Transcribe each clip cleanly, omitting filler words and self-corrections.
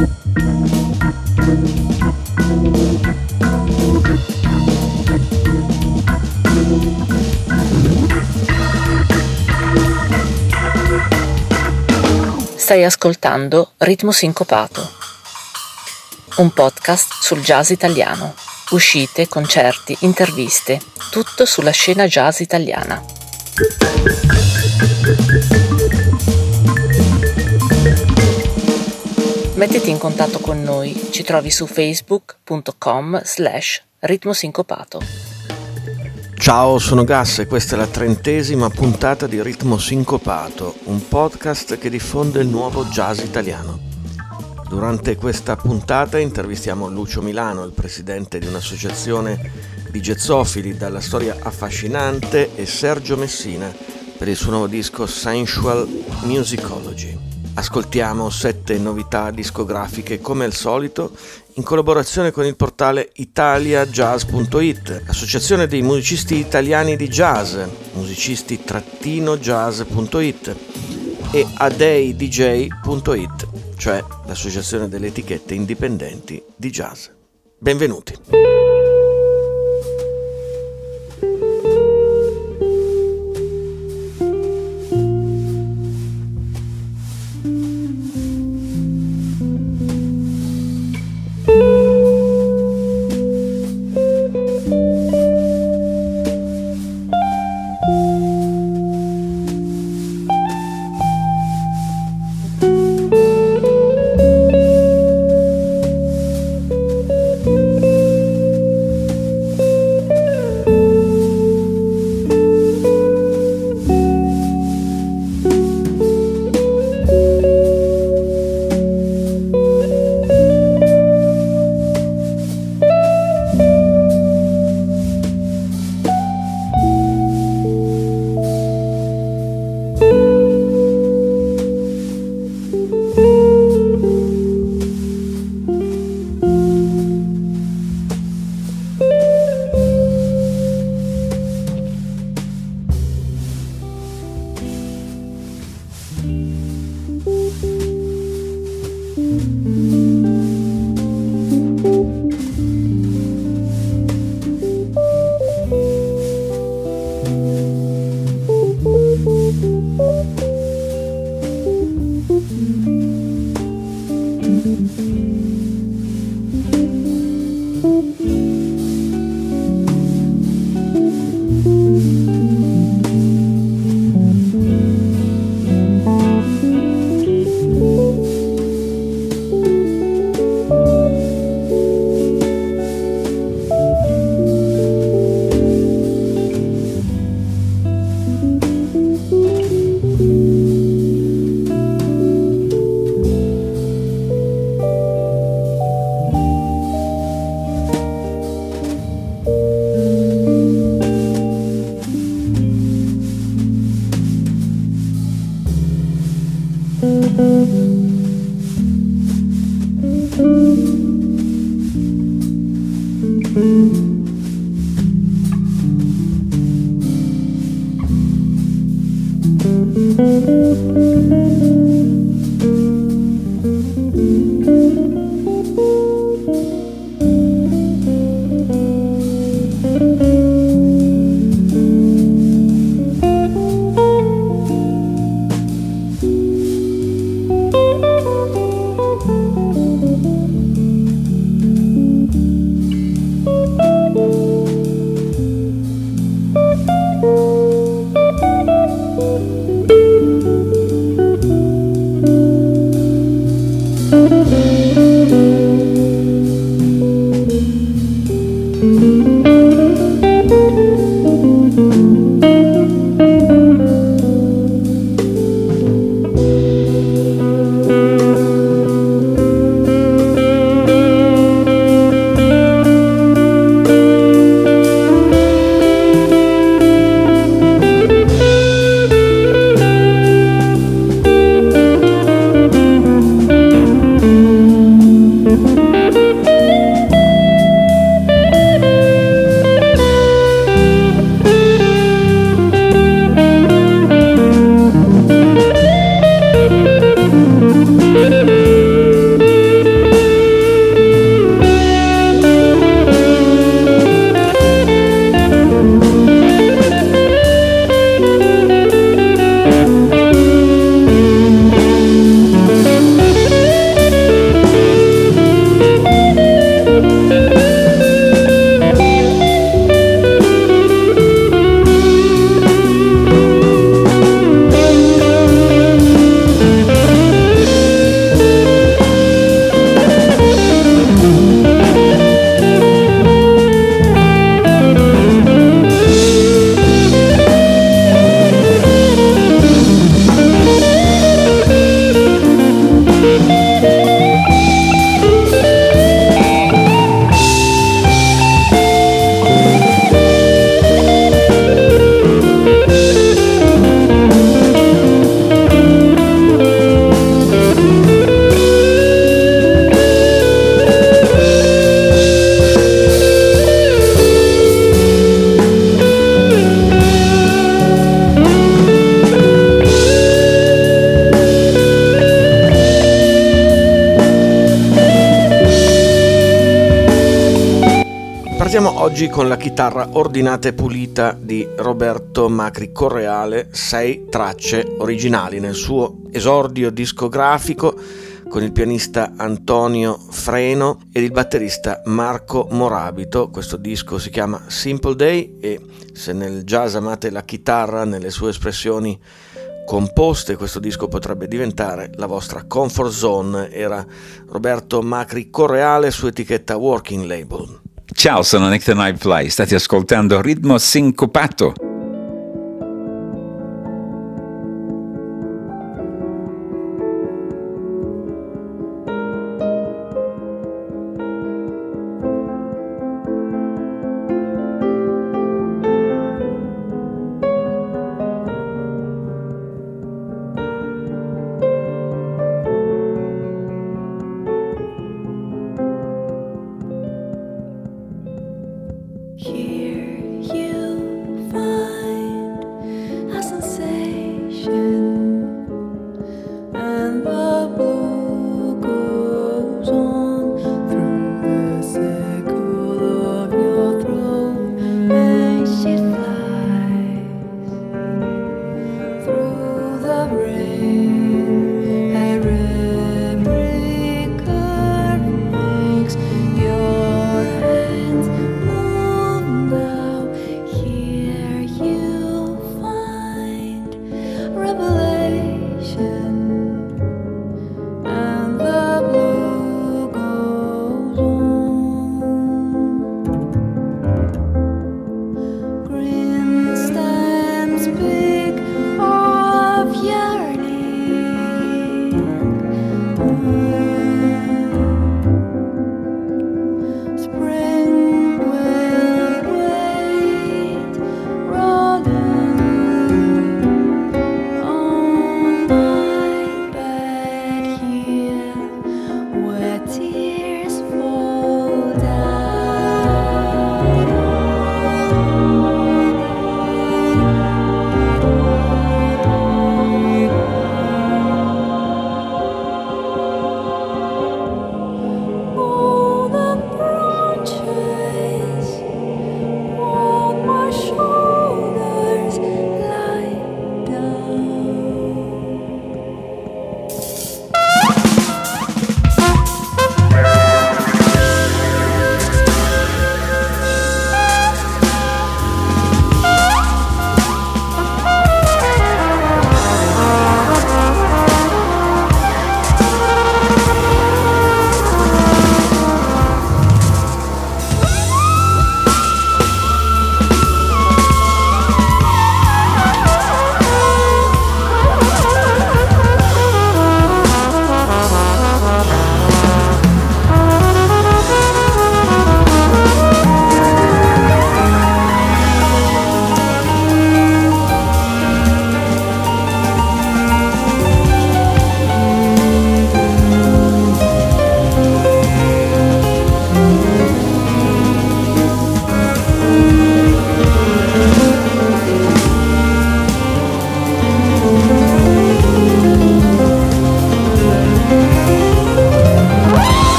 Stai ascoltando Ritmo Sincopato, un podcast sul jazz italiano. Uscite, concerti, interviste, tutto sulla scena jazz italiana. Mettiti in contatto con noi, ci trovi su facebook.com/ritmosincopato. Ciao, sono Gas e questa è la 30ª puntata di Ritmo Sincopato, un podcast che diffonde il nuovo jazz italiano. Durante questa puntata intervistiamo Lucio Milano, il presidente di un'associazione di jazzofili dalla storia affascinante, e Sergio Messina per il suo nuovo disco Sensual Musicology. Ascoltiamo 7 novità discografiche come al solito in collaborazione con il portale italiajazz.it, associazione dei musicisti italiani di jazz, musicisti-jazz.it, e adeidj.it, cioè l'associazione delle etichette indipendenti di jazz. Benvenuti. Iniziamo oggi con la chitarra ordinata e pulita di Roberto Macri Correale, 6 tracce originali nel suo esordio discografico con il pianista Antonio Freno ed il batterista Marco Morabito. Questo disco si chiama Simple Day e se nel jazz amate la chitarra nelle sue espressioni composte, questo disco potrebbe diventare la vostra comfort zone. Era Roberto Macri Correale su etichetta Working Label. Ciao, sono Nick the Nightfly, state ascoltando Ritmo Sincopato. Here you find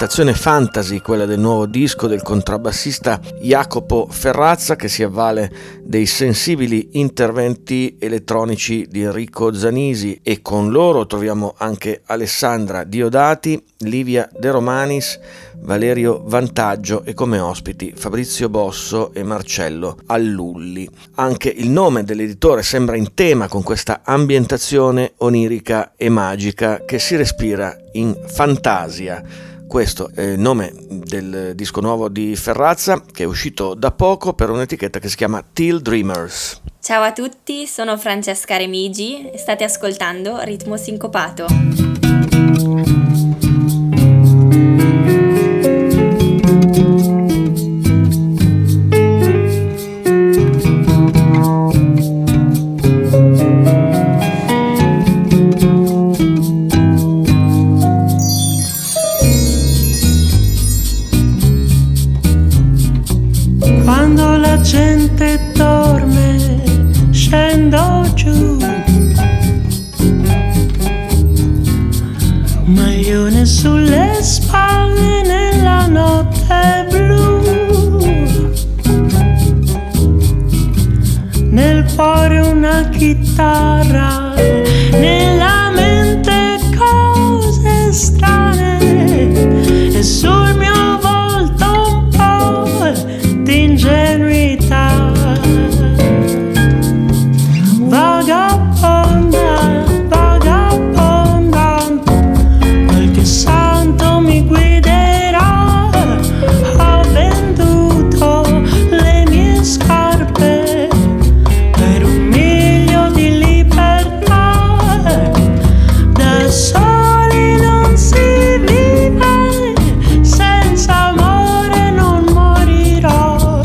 ambientazione fantasy, quella del nuovo disco del contrabbassista Jacopo Ferrazza, che si avvale dei sensibili interventi elettronici di Enrico Zanisi, e con loro troviamo anche Alessandra Diodati, Livia De Romanis, Valerio Vantaggio e come ospiti Fabrizio Bosso e Marcello Allulli. Anche il nome dell'editore sembra in tema con questa ambientazione onirica e magica che si respira in Fantasia. Questo è il nome del disco nuovo di Ferrazza, che è uscito da poco per un'etichetta che si chiama Teal Dreamers. Ciao a tutti, sono Francesca Remigi e state ascoltando Ritmo Sincopato. Quando la gente dorme, scendo giù, maglione sulle spalle nella notte blu, nel cuore una chitarra, nella mente cose strane e sul mio volto un po' di ingenuità. Vagabonda, vagabonda, qualche santo mi guiderà. Ho venduto le mie scarpe per 1 miglio di libertà. Da soli non si vive, senza amore non morirò.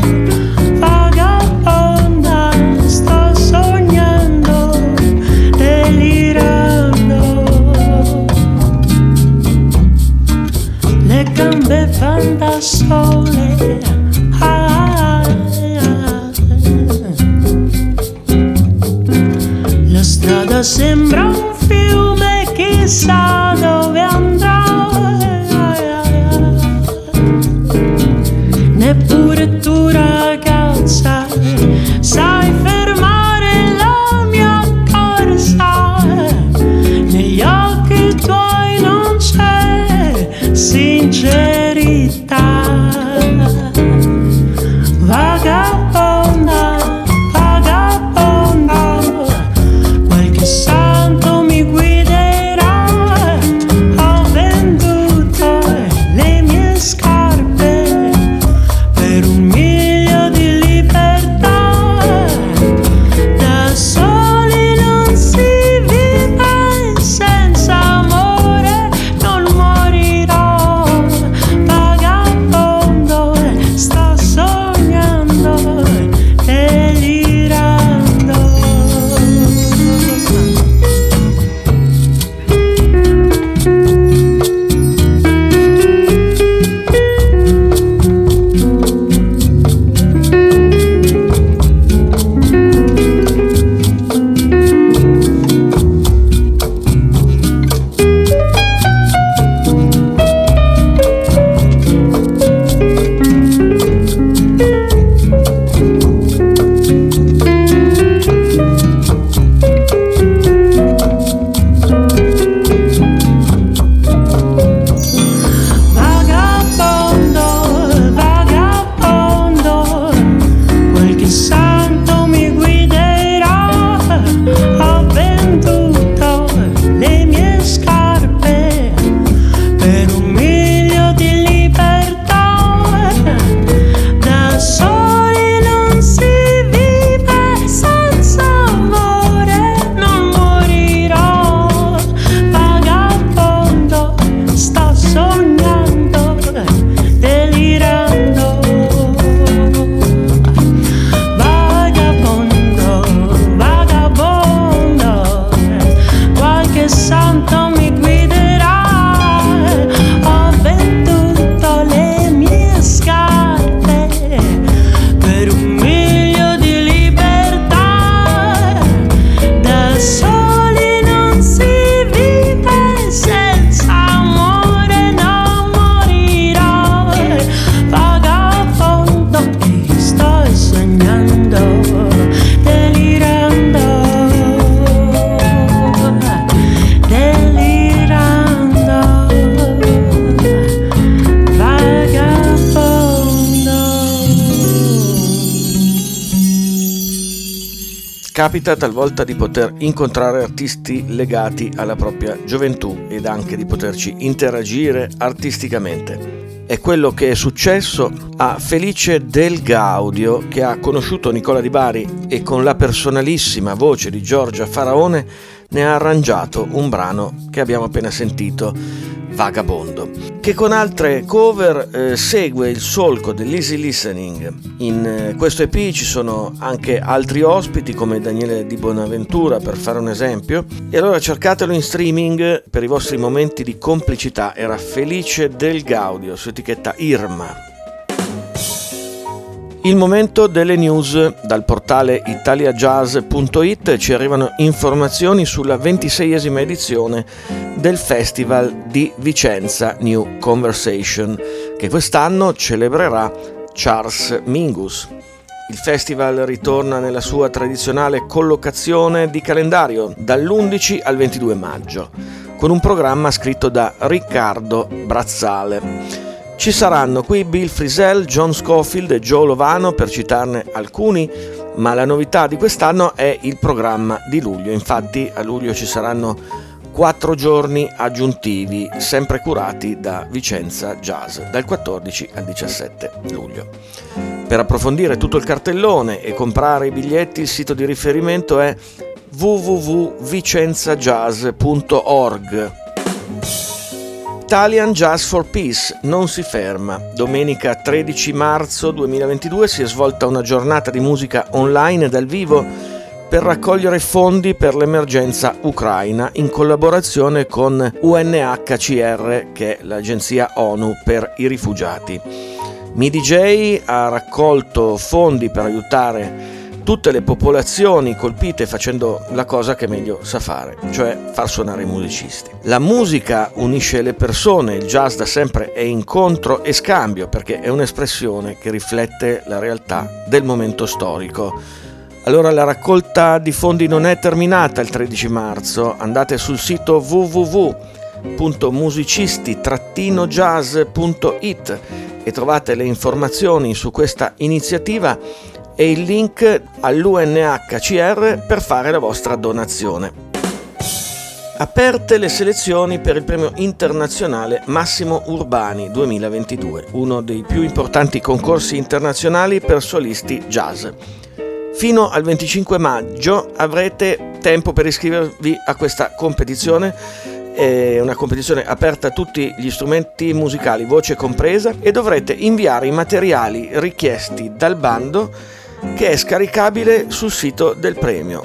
Vagabonda, sto sognando, delirando. Le gambe van da sole. La strada sembra un fiume, chissà dove andrà. Neppure tu, ragazza, sai fermare la mia corsa. Negli occhi tuoi non c'è sincerità. Vagabonda, vagabonda, qualche santo Capita talvolta di poter incontrare artisti legati alla propria gioventù ed anche di poterci interagire artisticamente. È quello che è successo a Felice Del Gaudio, che ha conosciuto Nicola Di Bari e con la personalissima voce di Giorgia Faraone ne ha arrangiato un brano che abbiamo appena sentito, Vagabondo, che con altre cover segue il solco dell'easy listening. In questo EP ci sono anche altri ospiti come Daniele Di Bonaventura, per fare un esempio, e allora cercatelo in streaming per i vostri momenti di complicità. Era Felice Del Gaudio su etichetta Irma. Il momento delle news. Dal portale italiajazz.it ci arrivano informazioni sulla 26esima edizione del Festival di Vicenza New Conversation, che quest'anno celebrerà Charles Mingus. Il festival ritorna nella sua tradizionale collocazione di calendario dall'11 al 22 maggio, con un programma scritto da Riccardo Brazzale. Ci saranno qui Bill Frisell, John Scofield e Joe Lovano, per citarne alcuni, ma la novità di quest'anno è il programma di luglio. Infatti a luglio ci saranno 4 giorni aggiuntivi, sempre curati da Vicenza Jazz, dal 14 al 17 luglio. Per approfondire tutto il cartellone e comprare i biglietti, il sito di riferimento è www.vicenzajazz.org. Italian Jazz for Peace non si ferma. Domenica 13 marzo 2022 si è svolta una giornata di musica online dal vivo per raccogliere fondi per l'emergenza ucraina in collaborazione con UNHCR, che è l'agenzia ONU per i rifugiati. MiDJ ha raccolto fondi per aiutare tutte le popolazioni colpite facendo la cosa che meglio sa fare, cioè far suonare i musicisti. La musica unisce le persone, il jazz da sempre è incontro e scambio, perché è un'espressione che riflette la realtà del momento storico. Allora la raccolta di fondi non è terminata il 13 marzo, andate sul sito www.musicisti-jazz.it e trovate le informazioni su questa iniziativa e il link all'UNHCR per fare la vostra donazione. Aperte le selezioni per il premio internazionale Massimo Urbani 2022, uno dei più importanti concorsi internazionali per solisti jazz. Fino al 25 maggio avrete tempo per iscrivervi a questa competizione. È una competizione aperta a tutti gli strumenti musicali, voce compresa, e dovrete inviare i materiali richiesti dal bando, che è scaricabile sul sito del premio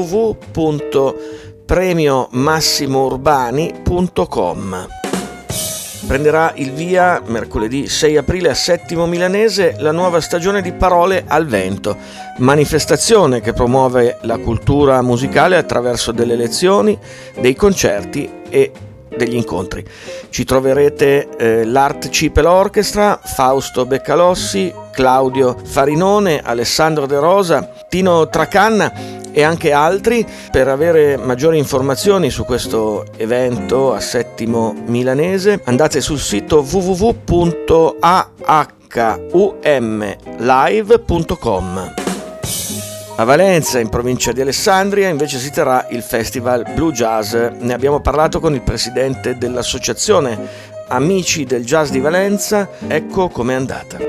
www.premiomassimourbani.com. Prenderà il via mercoledì 6 aprile a Settimo Milanese la nuova stagione di Parole al Vento, manifestazione che promuove la cultura musicale attraverso delle lezioni, dei concerti e degli incontri. Ci troverete l'Art Cipel Orchestra, Fausto Beccalossi, Claudio Farinone, Alessandro De Rosa, Tino Tracanna e anche altri. Per avere maggiori informazioni su questo evento a Settimo Milanese andate sul sito www.ahumlive.com. A Valenza, in provincia di Alessandria, invece si terrà il Festival Blue Jazz. Ne abbiamo parlato con il presidente dell'associazione Amici del Jazz di Valenza. Ecco com'è andata.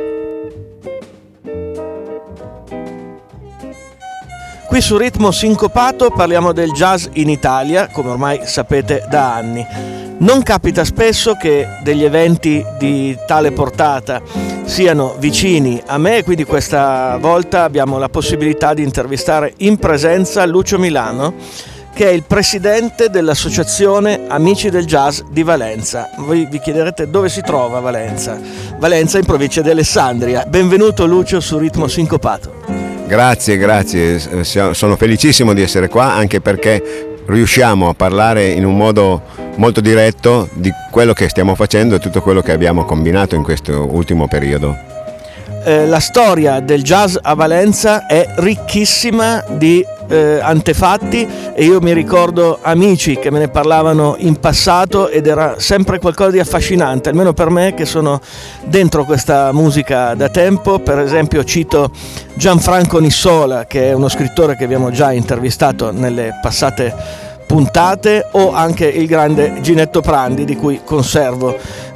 Qui su Ritmo Sincopato parliamo del jazz in Italia, come ormai sapete da anni. Non capita spesso che degli eventi di tale portata siano vicini a me, quindi questa volta abbiamo la possibilità di intervistare in presenza Lucio Milano, che è il presidente dell'associazione Amici del Jazz di Valenza. Voi vi chiederete dove si trova Valenza? Valenza in provincia di Alessandria. Benvenuto Lucio su Ritmo Sincopato. Grazie, sono felicissimo di essere qua, anche perché riusciamo a parlare in un modo molto diretto di quello che stiamo facendo e tutto quello che abbiamo combinato in questo ultimo periodo. La storia del jazz a Valenza è ricchissima di antefatti, e io mi ricordo amici che me ne parlavano in passato ed era sempre qualcosa di affascinante, almeno per me che sono dentro questa musica da tempo. Per esempio cito Gianfranco Nissola, che è uno scrittore che abbiamo già intervistato nelle passate puntate, o anche il grande Ginetto Prandi, di cui conservo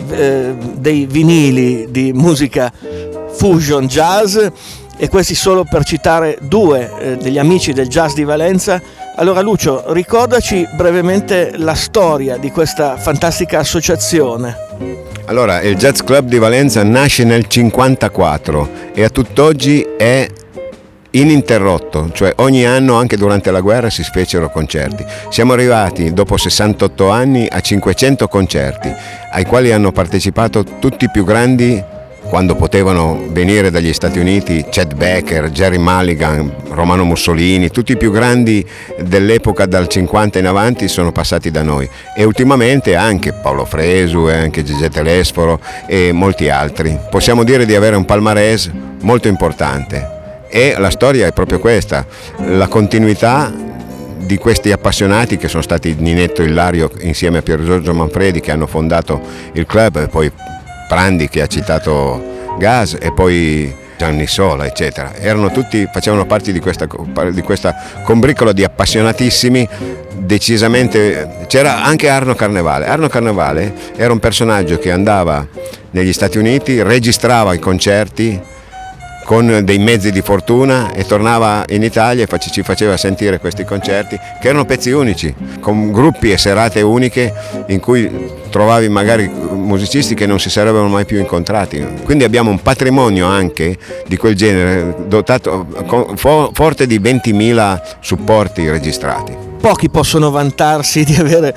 dei vinili di musica fusion jazz, e questi solo per citare due degli amici del jazz di Valenza. Allora Lucio, ricordaci brevemente la storia di questa fantastica associazione. Allora, il Jazz Club di Valenza nasce nel 1954 e a tutt'oggi è ininterrotto, cioè ogni anno, anche durante la guerra, si fecero concerti. Siamo arrivati dopo 68 anni a 500 concerti, ai quali hanno partecipato tutti i più grandi, quando potevano venire dagli Stati Uniti, Chet Baker, Jerry Mulligan, Romano Mussolini, tutti i più grandi dell'epoca dal 50 in avanti sono passati da noi, e ultimamente anche Paolo Fresu e anche Gigi Telesforo e molti altri. Possiamo dire di avere un palmarès molto importante, e la storia è proprio questa, la continuità di questi appassionati che sono stati Ninetto Ilario insieme a Pier Giorgio Manfredi, che hanno fondato il club, e poi Prandi, che ha citato Gas, e poi Gianni Sola, eccetera. Erano tutti, facevano parte di questa combriccola di appassionatissimi. Decisamente c'era anche Arno Carnevale. Arno Carnevale era un personaggio che andava negli Stati Uniti, registrava i concerti con dei mezzi di fortuna e tornava in Italia e ci faceva sentire questi concerti, che erano pezzi unici, con gruppi e serate uniche in cui trovavi magari musicisti che non si sarebbero mai più incontrati. Quindi abbiamo un patrimonio anche di quel genere, dotato forte di 20.000 supporti registrati. Pochi possono vantarsi di avere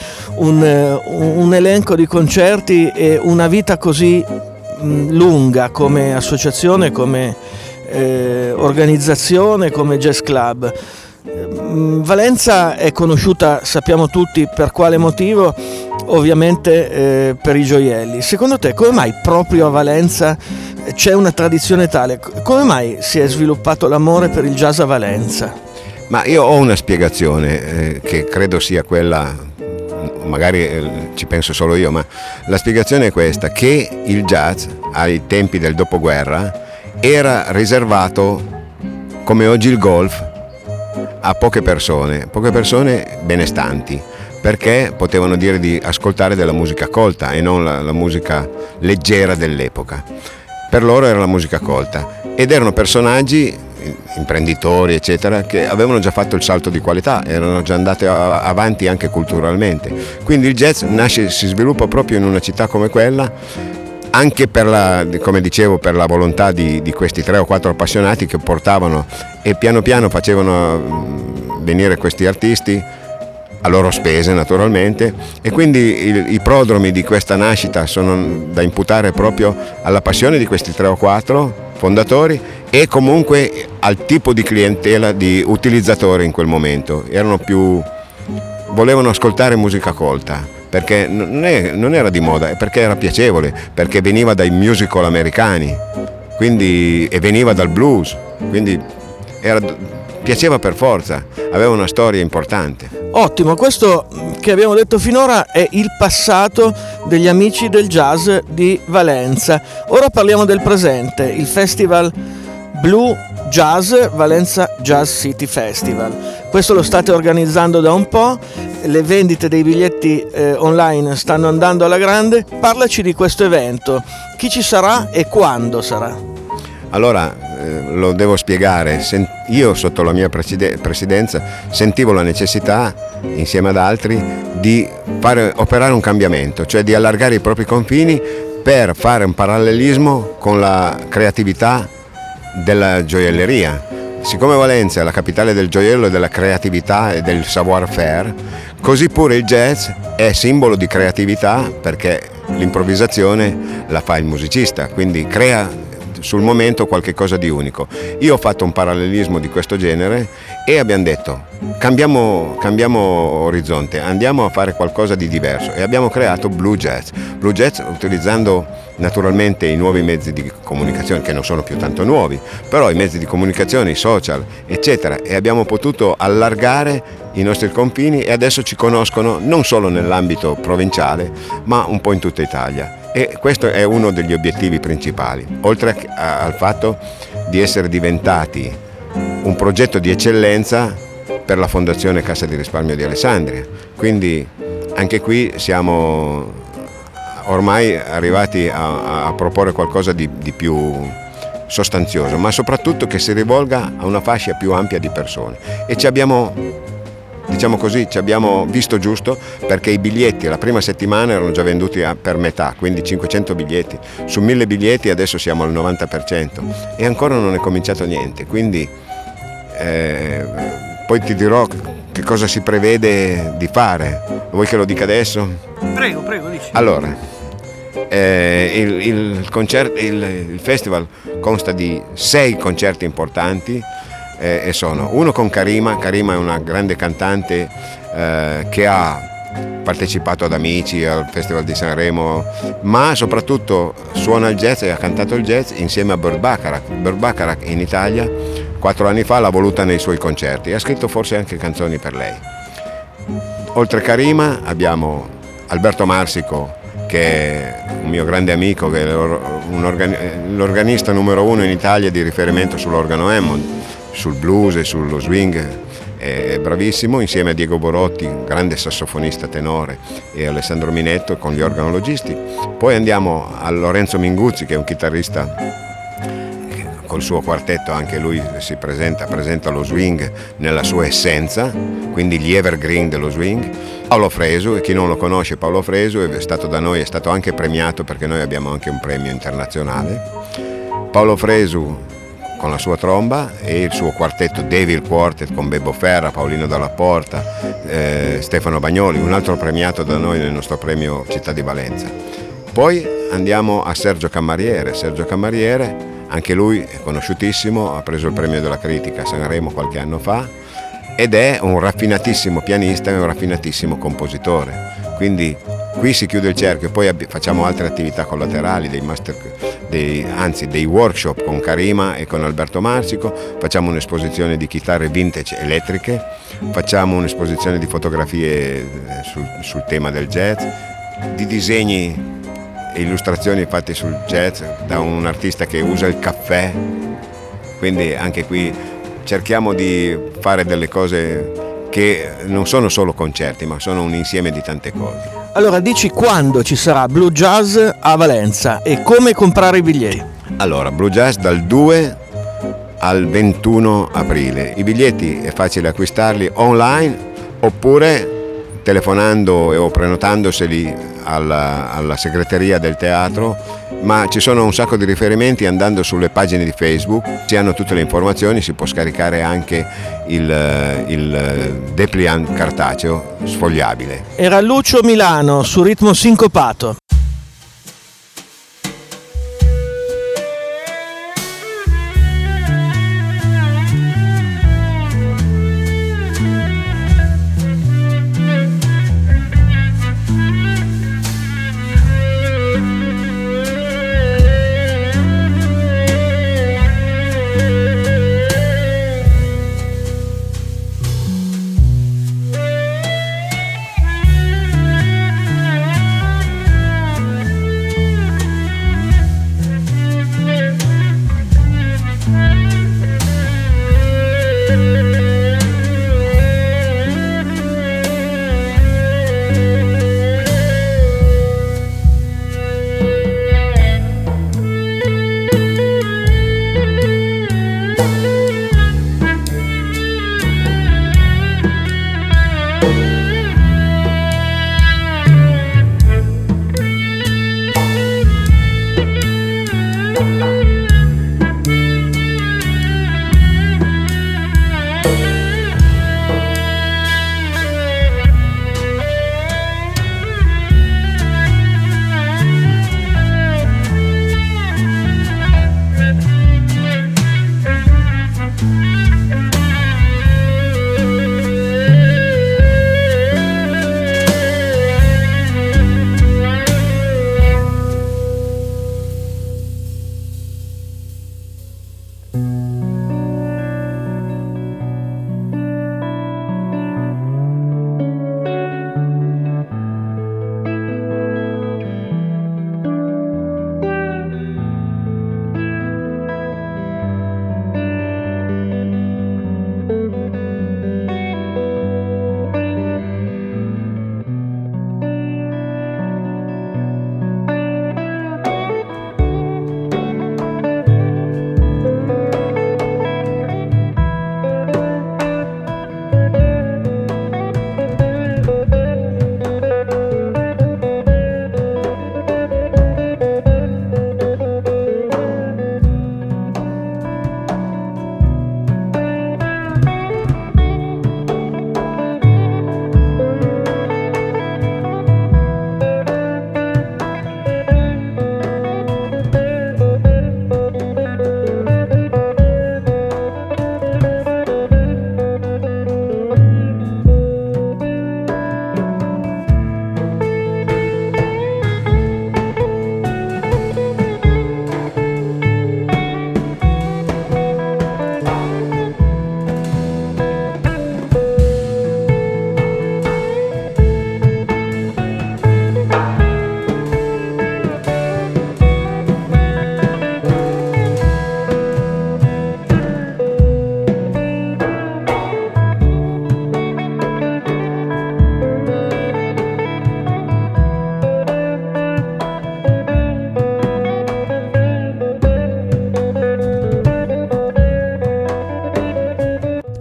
un elenco di concerti e una vita così lunga come associazione, come organizzazione, come jazz club. Valenza è conosciuta, sappiamo tutti per quale motivo, ovviamente per i gioielli. Secondo te come mai proprio a Valenza c'è una tradizione tale? Come mai si è sviluppato l'amore per il jazz a Valenza? Ma io ho una spiegazione che credo sia quella, magari ci penso solo io, ma la spiegazione è questa, che il jazz ai tempi del dopoguerra era riservato, come oggi il golf, a poche persone benestanti, perché potevano dire di ascoltare della musica colta e non la musica leggera dell'epoca. Per loro era la musica colta, ed erano personaggi, imprenditori eccetera, che avevano già fatto il salto di qualità, erano già andati avanti anche culturalmente. Quindi il jazz si sviluppa proprio in una città come quella, anche come dicevo, per la volontà di questi 3 o 4 appassionati che portavano e piano piano facevano venire questi artisti a loro spese naturalmente, e quindi i prodromi di questa nascita sono da imputare proprio alla passione di questi 3 o 4 fondatori e comunque al tipo di clientela di utilizzatori in quel momento. Volevano ascoltare musica colta, perché non era di moda, perché era piacevole, perché veniva dai musical americani, e veniva dal blues, quindi piaceva per forza, aveva una storia importante. Ottimo, questo che abbiamo detto finora è il passato degli amici del jazz di Valenza. Ora parliamo del presente, il Festival Blue Jazz Valenza Jazz City Festival. Questo lo state organizzando da un po', le vendite dei biglietti online stanno andando alla grande. Parlaci di questo evento, chi ci sarà e quando sarà? Allora, lo devo spiegare, io sotto la mia presidenza sentivo la necessità, insieme ad altri, di operare un cambiamento, cioè di allargare i propri confini per fare un parallelismo con la creatività della gioielleria. Siccome Valenza è la capitale del gioiello e della creatività e del savoir-faire, così pure il jazz è simbolo di creatività, perché l'improvvisazione la fa il musicista, quindi crea sul momento qualche cosa di unico. Io ho fatto un parallelismo di questo genere e abbiamo detto cambiamo orizzonte, andiamo a fare qualcosa di diverso e abbiamo creato Blue Jazz utilizzando naturalmente i nuovi mezzi di comunicazione, che non sono più tanto nuovi, però i mezzi di comunicazione, i social eccetera, e abbiamo potuto allargare i nostri confini e adesso ci conoscono non solo nell'ambito provinciale ma un po' in tutta Italia, e questo è uno degli obiettivi principali, oltre al fatto di essere diventati un progetto di eccellenza per la Fondazione Cassa di Risparmio di Alessandria. Quindi anche qui siamo ormai arrivati a proporre qualcosa di più sostanzioso, ma soprattutto che si rivolga a una fascia più ampia di persone, e ci abbiamo visto giusto, perché i biglietti la prima settimana erano già venduti per metà, quindi 500 biglietti su 1000 biglietti, adesso siamo al 90% e ancora non è cominciato niente, quindi poi ti dirò che cosa si prevede di fare. Vuoi che lo dica adesso? Prego, dici. Allora, il festival consta di 6 concerti importanti, e sono uno con Karima è una grande cantante che ha partecipato ad Amici, al Festival di Sanremo, ma soprattutto suona il jazz e ha cantato il jazz insieme a Burt Bacharach in Italia 4 anni fa l'ha voluta nei suoi concerti e ha scritto forse anche canzoni per lei. Oltre a Karima abbiamo Alberto Marsico, che è un mio grande amico, che è l'organista numero 1 in Italia di riferimento sull'organo Hammond, sul blues e sullo swing, è bravissimo, insieme a Diego Borotti, grande sassofonista tenore, e Alessandro Minetto con gli organologisti. Poi andiamo a Lorenzo Minguzzi, che è un chitarrista col suo quartetto, anche lui presenta lo swing nella sua essenza, quindi gli evergreen dello swing. Paolo Fresu, e chi non lo conosce, Paolo Fresu è stato da noi, è stato anche premiato, perché noi abbiamo anche un premio internazionale. Paolo Fresu con la sua tromba e il suo quartetto Devil Quartet con Bebbo Ferra, Paolino Dalla Porta, Stefano Bagnoli, un altro premiato da noi nel nostro premio Città di Valenza. Poi andiamo a Sergio Cammariere, anche lui è conosciutissimo, ha preso il premio della critica a Sanremo qualche anno fa ed è un raffinatissimo pianista e un raffinatissimo compositore. Quindi qui si chiude il cerchio, poi facciamo altre attività collaterali, dei workshop con Karima e con Alberto Marsico, facciamo un'esposizione di chitarre vintage elettriche, facciamo un'esposizione di fotografie sul tema del jazz, di disegni e illustrazioni fatte sul jazz da un artista che usa il caffè, quindi anche qui cerchiamo di fare delle cose che non sono solo concerti, ma sono un insieme di tante cose. Allora, dici quando ci sarà Blue Jazz a Valenza e come comprare i biglietti? Allora, Blue Jazz dal 2 al 21 aprile. I biglietti è facile acquistarli online oppure telefonando o prenotandoseli alla segreteria del teatro, ma ci sono un sacco di riferimenti andando sulle pagine di Facebook, si hanno tutte le informazioni, si può scaricare anche il dépliant cartaceo sfogliabile. Era Lucio Milano su Ritmo Sincopato.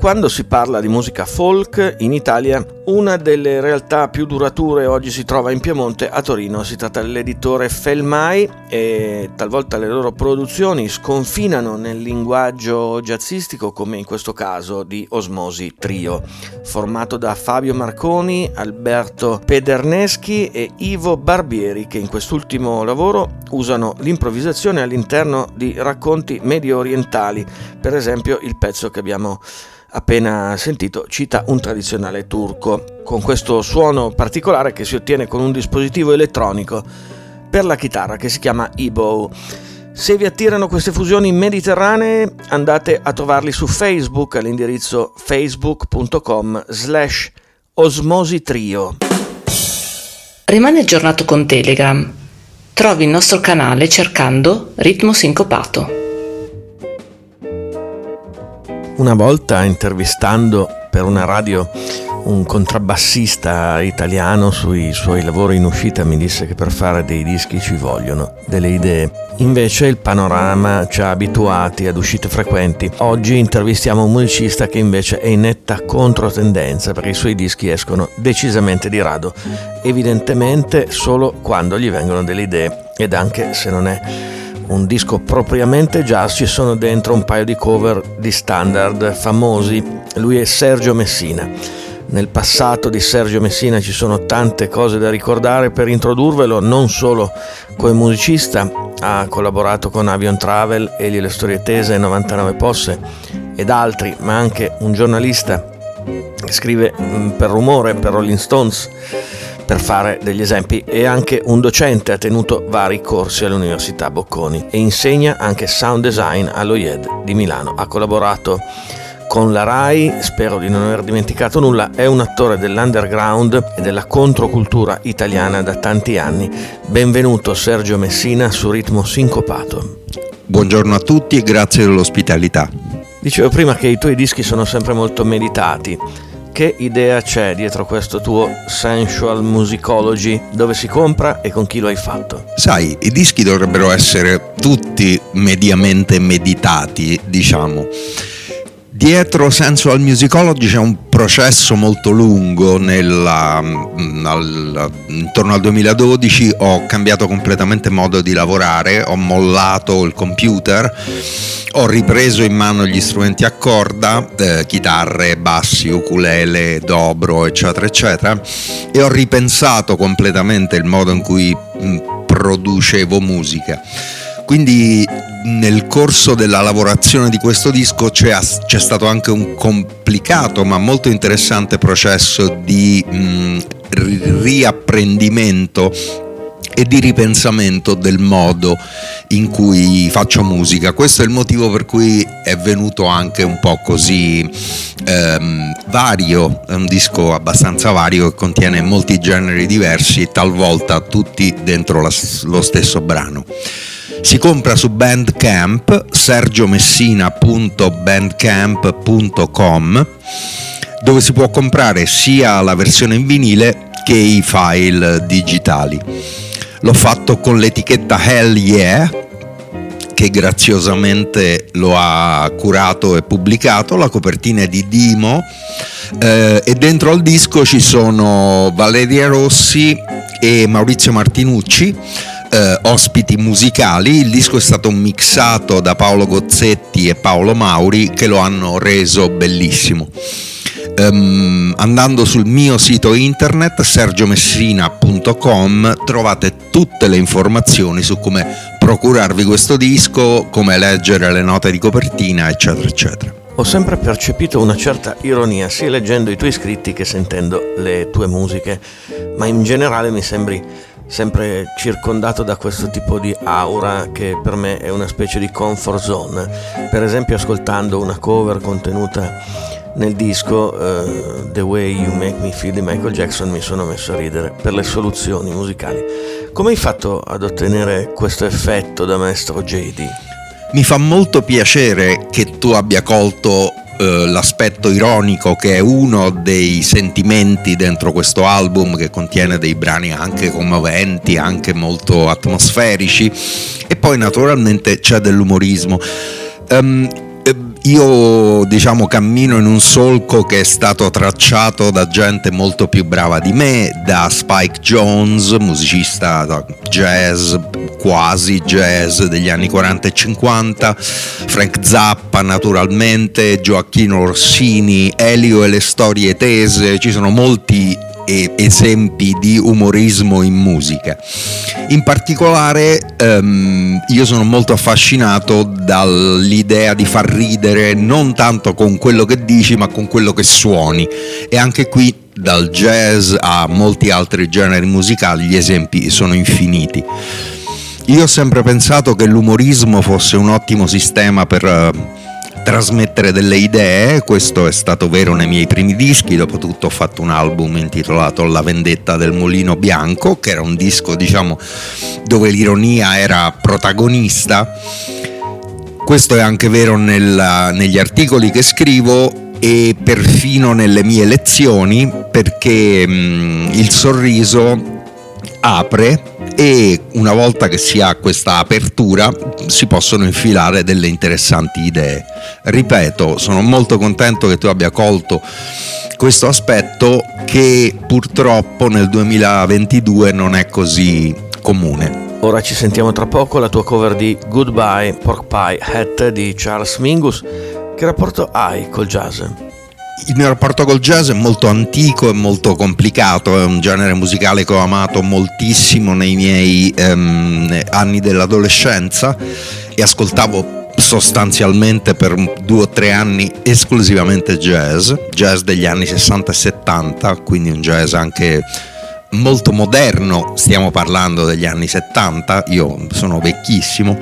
quando si parla di musica folk in Italia, una delle realtà più durature oggi si trova in Piemonte, a Torino. Si tratta dell'editore Felmai e talvolta le loro produzioni sconfinano nel linguaggio jazzistico, come in questo caso di Osmosi Trio, formato da Fabio Marconi, Alberto Pederneschi e Ivo Barbieri, che in quest'ultimo lavoro usano l'improvvisazione all'interno di racconti medio orientali. Per esempio il pezzo che abbiamo appena sentito cita un tradizionale turco, con questo suono particolare che si ottiene con un dispositivo elettronico per la chitarra che si chiama EBow. Se vi attirano queste fusioni mediterranee, andate a trovarli su Facebook all'indirizzo facebook.com/osmositrio. Rimani aggiornato con Telegram. Trovi il nostro canale cercando Ritmo Sincopato. Una volta, intervistando per una radio un contrabbassista italiano sui suoi lavori in uscita, mi disse che per fare dei dischi ci vogliono delle idee. Invece il panorama ci ha abituati ad uscite frequenti. Oggi intervistiamo un musicista che invece è in netta controtendenza, perché i suoi dischi escono decisamente di rado, evidentemente solo quando gli vengono delle idee, ed anche se non è un disco propriamente jazz ci sono dentro un paio di cover di standard famosi. Lui è Sergio Messina. Nel passato di Sergio Messina ci sono tante cose da ricordare. Per introdurvelo, non solo come musicista, ha collaborato con Avion Travel, Egli e le storie tese, 99 posse ed altri, ma anche un giornalista che scrive per Rumore, per Rolling Stones, per fare degli esempi, e anche un docente. Ha tenuto vari corsi all'Università Bocconi e insegna anche sound design allo IED di Milano. Ha collaborato con la RAI, spero di non aver dimenticato nulla. È un attore dell'underground e della controcultura italiana da tanti anni. Benvenuto Sergio Messina su Ritmo Sincopato. Buongiorno a tutti e grazie dell'ospitalità. Dicevo prima che i tuoi dischi sono sempre molto meditati. Che idea c'è dietro questo tuo Sensual Musicology? Dove si compra e con chi lo hai fatto? Sai, i dischi dovrebbero essere tutti mediamente meditati, diciamo. Dietro Sensual Musicology c'è un processo molto lungo. Intorno al 2012 ho cambiato completamente modo di lavorare, ho mollato il computer, ho ripreso in mano gli strumenti a corda, chitarre, bassi, ukulele, dobro, eccetera eccetera, e ho ripensato completamente il modo in cui producevo musica. Quindi nel corso della lavorazione di questo disco c'è stato anche un complicato ma molto interessante processo di riapprendimento e di ripensamento del modo in cui faccio musica. Questo è il motivo per cui è venuto anche un po' così vario. È un disco abbastanza vario che contiene molti generi diversi, talvolta tutti dentro lo stesso brano. Si compra su Bandcamp, sergiomessina.bandcamp.com, dove si può comprare sia la versione in vinile che i file digitali. L'ho fatto con l'etichetta Hell Yeah, che graziosamente lo ha curato e pubblicato. La copertina è di Dimo e dentro al disco ci sono Valeria Rossi e Maurizio Martinucci, ospiti musicali. Il disco è stato mixato da Paolo Gozzetti e Paolo Mauri, che lo hanno reso bellissimo. Andando sul mio sito internet sergiomessina.com trovate tutte le informazioni su come procurarvi questo disco, come leggere le note di copertina, eccetera eccetera. Ho sempre percepito una certa ironia sia leggendo i tuoi scritti che sentendo le tue musiche, ma in generale mi sembri sempre circondato da questo tipo di aura che per me è una specie di comfort zone. Per esempio, ascoltando una cover contenuta nel disco The Way You Make Me Feel di Michael Jackson, mi sono messo a ridere per le soluzioni musicali. Come hai fatto ad ottenere questo effetto da maestro JD? Mi fa molto piacere che tu abbia colto l'aspetto ironico, che è uno dei sentimenti dentro questo album, che contiene dei brani anche commoventi, anche molto atmosferici, e poi naturalmente c'è dell'umorismo. Io diciamo cammino in un solco che è stato tracciato da gente molto più brava di me, da Spike Jones, musicista jazz, quasi jazz degli anni 40 e 50, Frank Zappa naturalmente, Gioacchino Rossini, Elio e le storie tese, ci sono molti esempi di umorismo in musica. In particolare io sono molto affascinato dall'idea di far ridere non tanto con quello che dici ma con quello che suoni, e anche qui dal jazz a molti altri generi musicali gli esempi sono infiniti. Io ho sempre pensato che l'umorismo fosse un ottimo sistema per trasmettere delle idee. Questo è stato vero nei miei primi dischi. Dopotutto ho fatto un album intitolato La vendetta del mulino bianco, che era un disco diciamo dove l'ironia era protagonista. Questo è anche vero negli articoli che scrivo e perfino nelle mie lezioni, perché il sorriso apre e una volta che si ha questa apertura si possono infilare delle interessanti idee. Ripeto, sono molto contento che tu abbia colto questo aspetto che purtroppo nel 2022 non è così comune. Ora ci sentiamo tra poco la tua cover di Goodbye Pork Pie Hat di Charles Mingus. Che rapporto hai col jazz? Il mio rapporto col jazz è molto antico e molto complicato, è un genere musicale che ho amato moltissimo nei miei anni dell'adolescenza e ascoltavo sostanzialmente per 2 o 3 anni esclusivamente jazz degli anni 60 e 70, quindi un jazz anche molto moderno, stiamo parlando degli anni 70, io sono vecchissimo,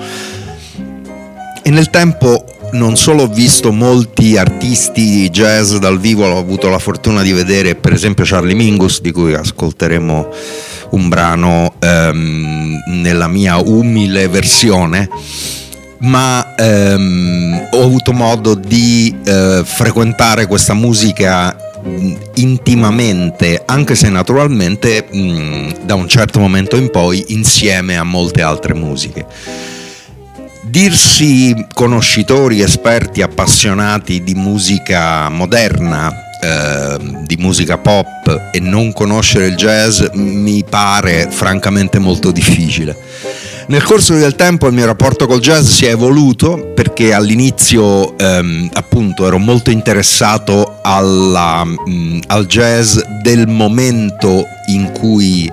e nel tempo non solo ho visto molti artisti jazz dal vivo, ho avuto la fortuna di vedere per esempio Charlie Mingus, di cui ascolteremo un brano nella mia umile versione, ma ho avuto modo di frequentare questa musica intimamente, anche se naturalmente da un certo momento in poi insieme a molte altre musiche. Dirsi conoscitori, esperti, appassionati di musica moderna, di musica pop e non conoscere il jazz mi pare francamente molto difficile. Nel corso del tempo il mio rapporto col jazz si è evoluto, perché all'inizio appunto ero molto interessato al jazz del momento in cui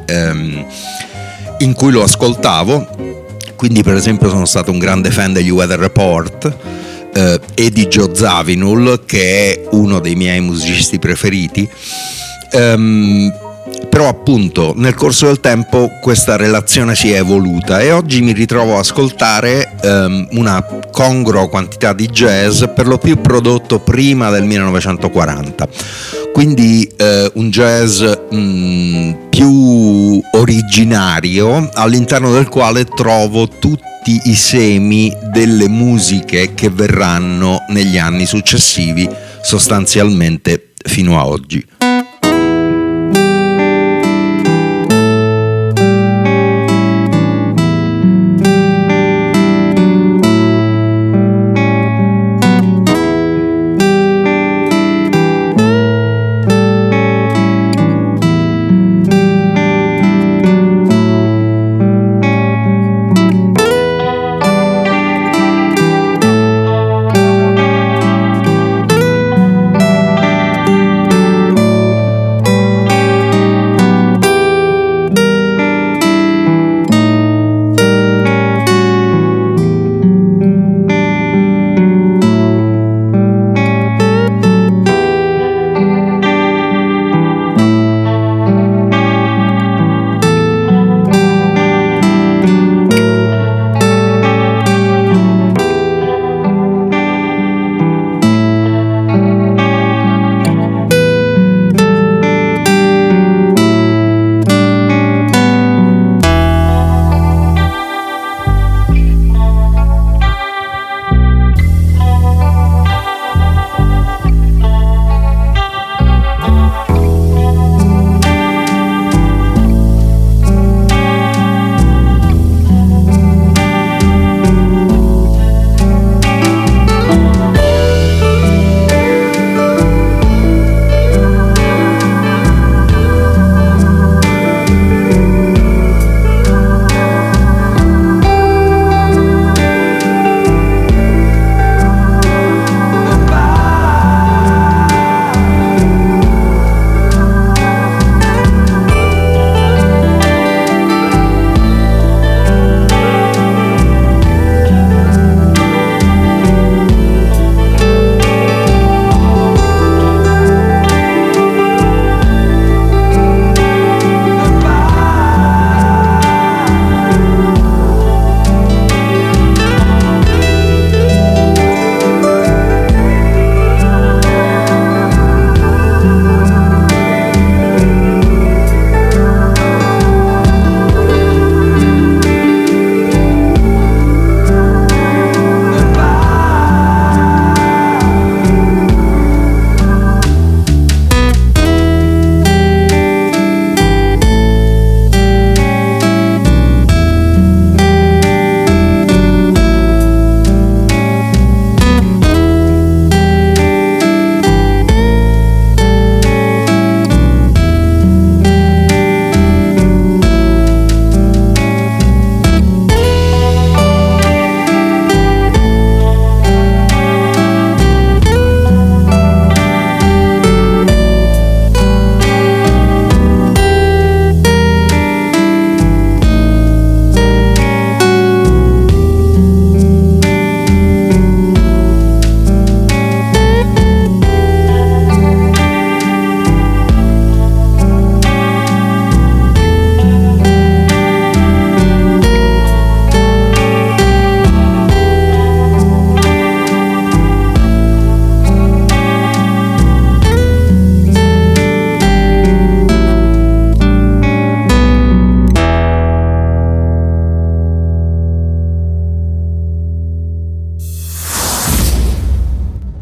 lo ascoltavo. Quindi per esempio sono stato un grande fan degli Weather Report e di Joe Zawinul, che è uno dei miei musicisti preferiti, però appunto nel corso del tempo questa relazione si è evoluta e oggi mi ritrovo a ascoltare una congrua quantità di jazz, per lo più prodotto prima del 1940, quindi un jazz più originario, all'interno del quale trovo tutti i semi delle musiche che verranno negli anni successivi, sostanzialmente fino a oggi.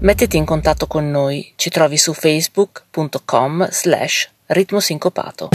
Mettiti in contatto con noi, ci trovi su facebook.com/ritmosincopato.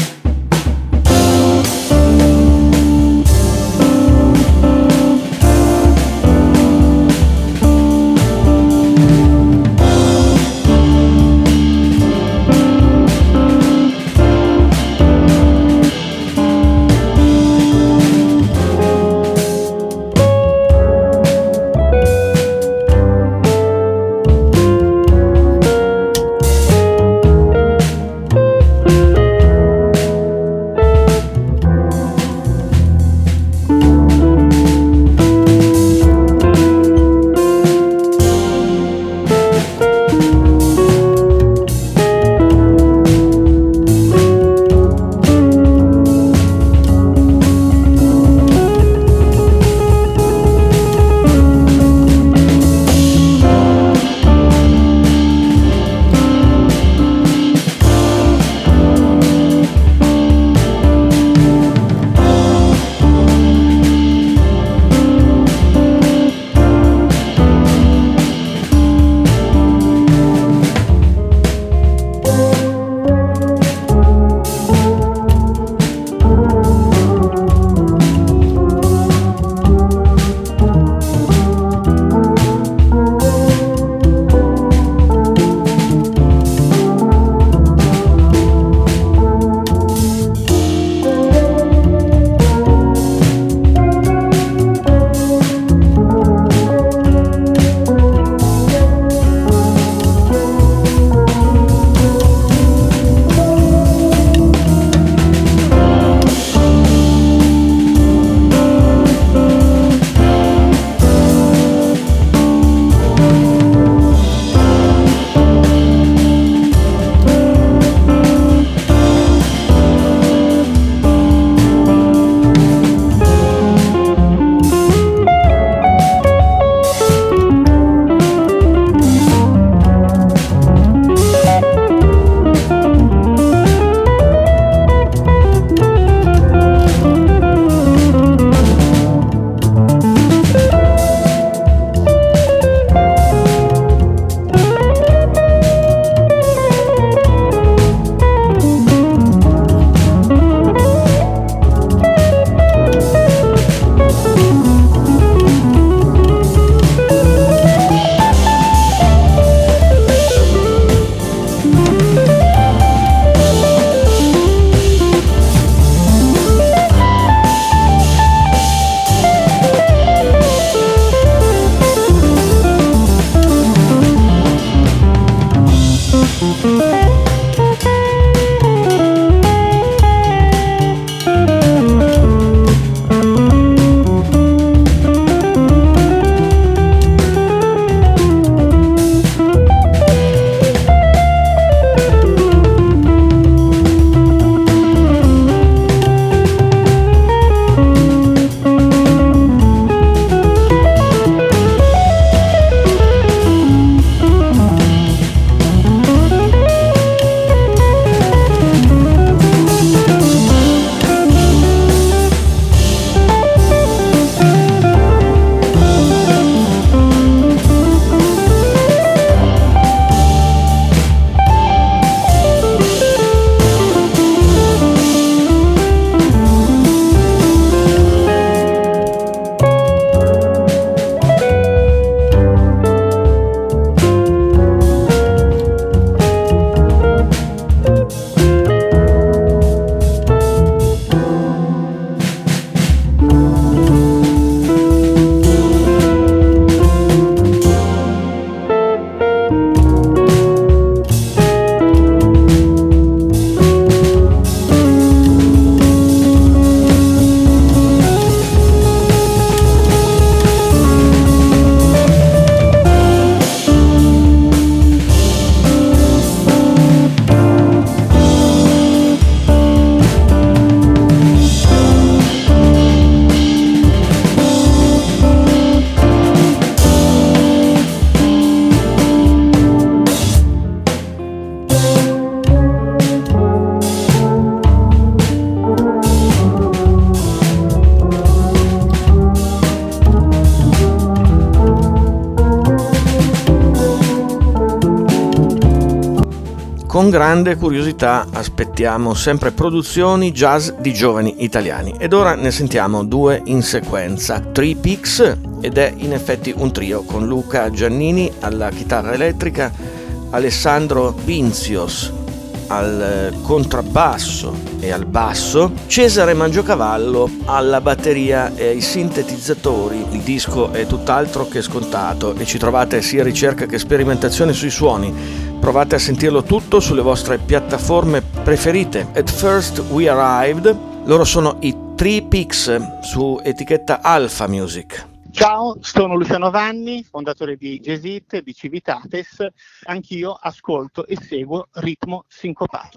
Con grande curiosità aspettiamo sempre produzioni jazz di giovani italiani ed ora ne sentiamo due in sequenza. Three Peaks, ed è in effetti un trio con Luca Giannini alla chitarra elettrica, Alessandro Pinzios al contrabbasso e al basso, Cesare Mangiocavallo alla batteria e ai sintetizzatori. Il disco è tutt'altro che scontato e ci trovate sia ricerca che sperimentazione sui suoni. Provate a sentirlo tutto sulle vostre piattaforme preferite. At First We Arrived, loro sono i Three Peaks su etichetta Alpha Music. Ciao, sono Luciano Vanni, fondatore di Jazzit e di Civitates. Anch'io ascolto e seguo Ritmo Sincopato.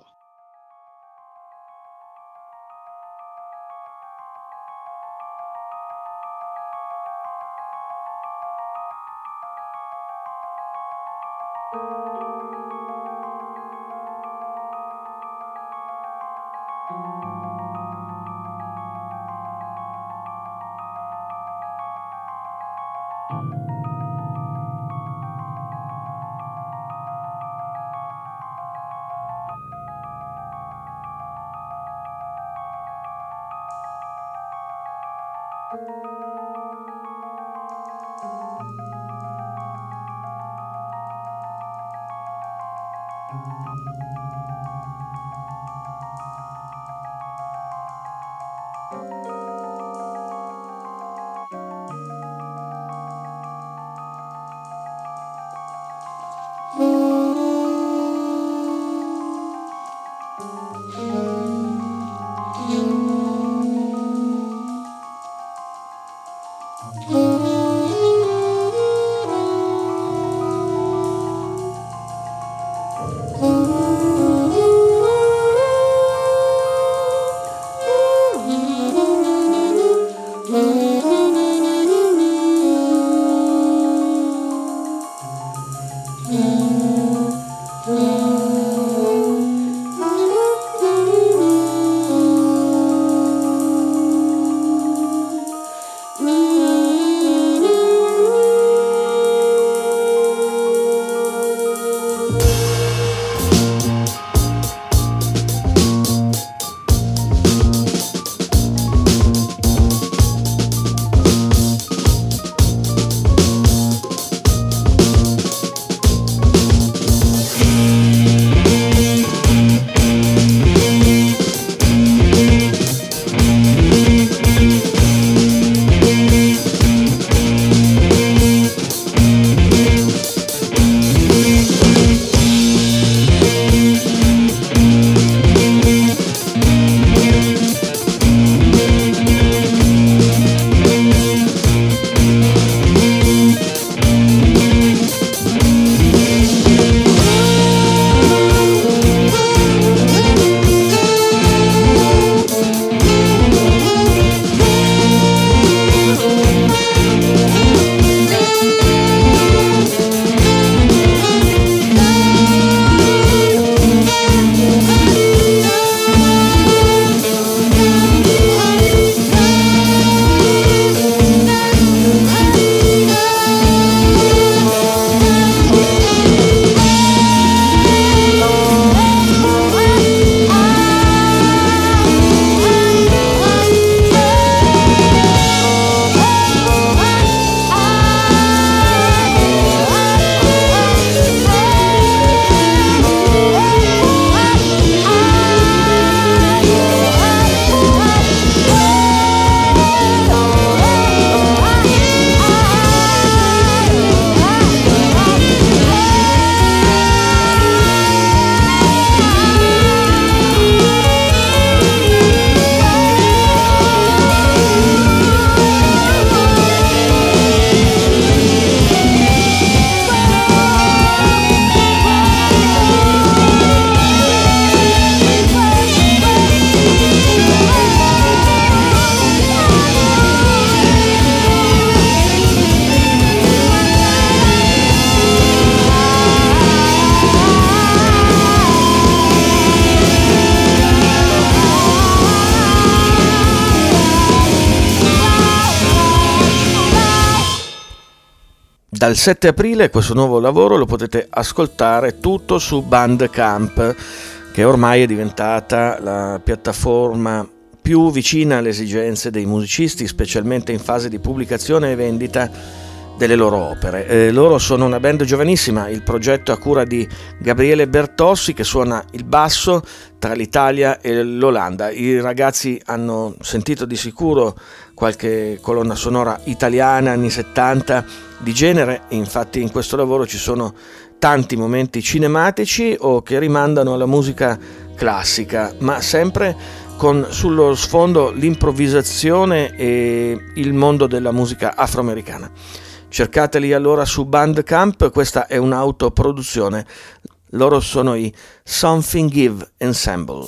Dal 7 aprile questo nuovo lavoro lo potete ascoltare tutto su Bandcamp, che ormai è diventata la piattaforma più vicina alle esigenze dei musicisti, specialmente in fase di pubblicazione e vendita delle loro opere. Loro sono una band giovanissima, il progetto è a cura di Gabriele Bertossi, che suona il basso tra l'Italia e l'Olanda. I ragazzi hanno sentito di sicuro qualche colonna sonora italiana anni 70 di genere, infatti in questo lavoro ci sono tanti momenti cinematici o che rimandano alla musica classica, ma sempre con sullo sfondo l'improvvisazione e il mondo della musica afroamericana. Cercateli allora su Bandcamp, questa è un'autoproduzione. Loro sono i Something Give Ensemble.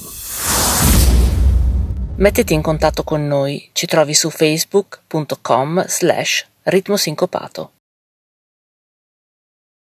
Mettiti in contatto con noi, ci trovi su facebook.com/ritmosincopato.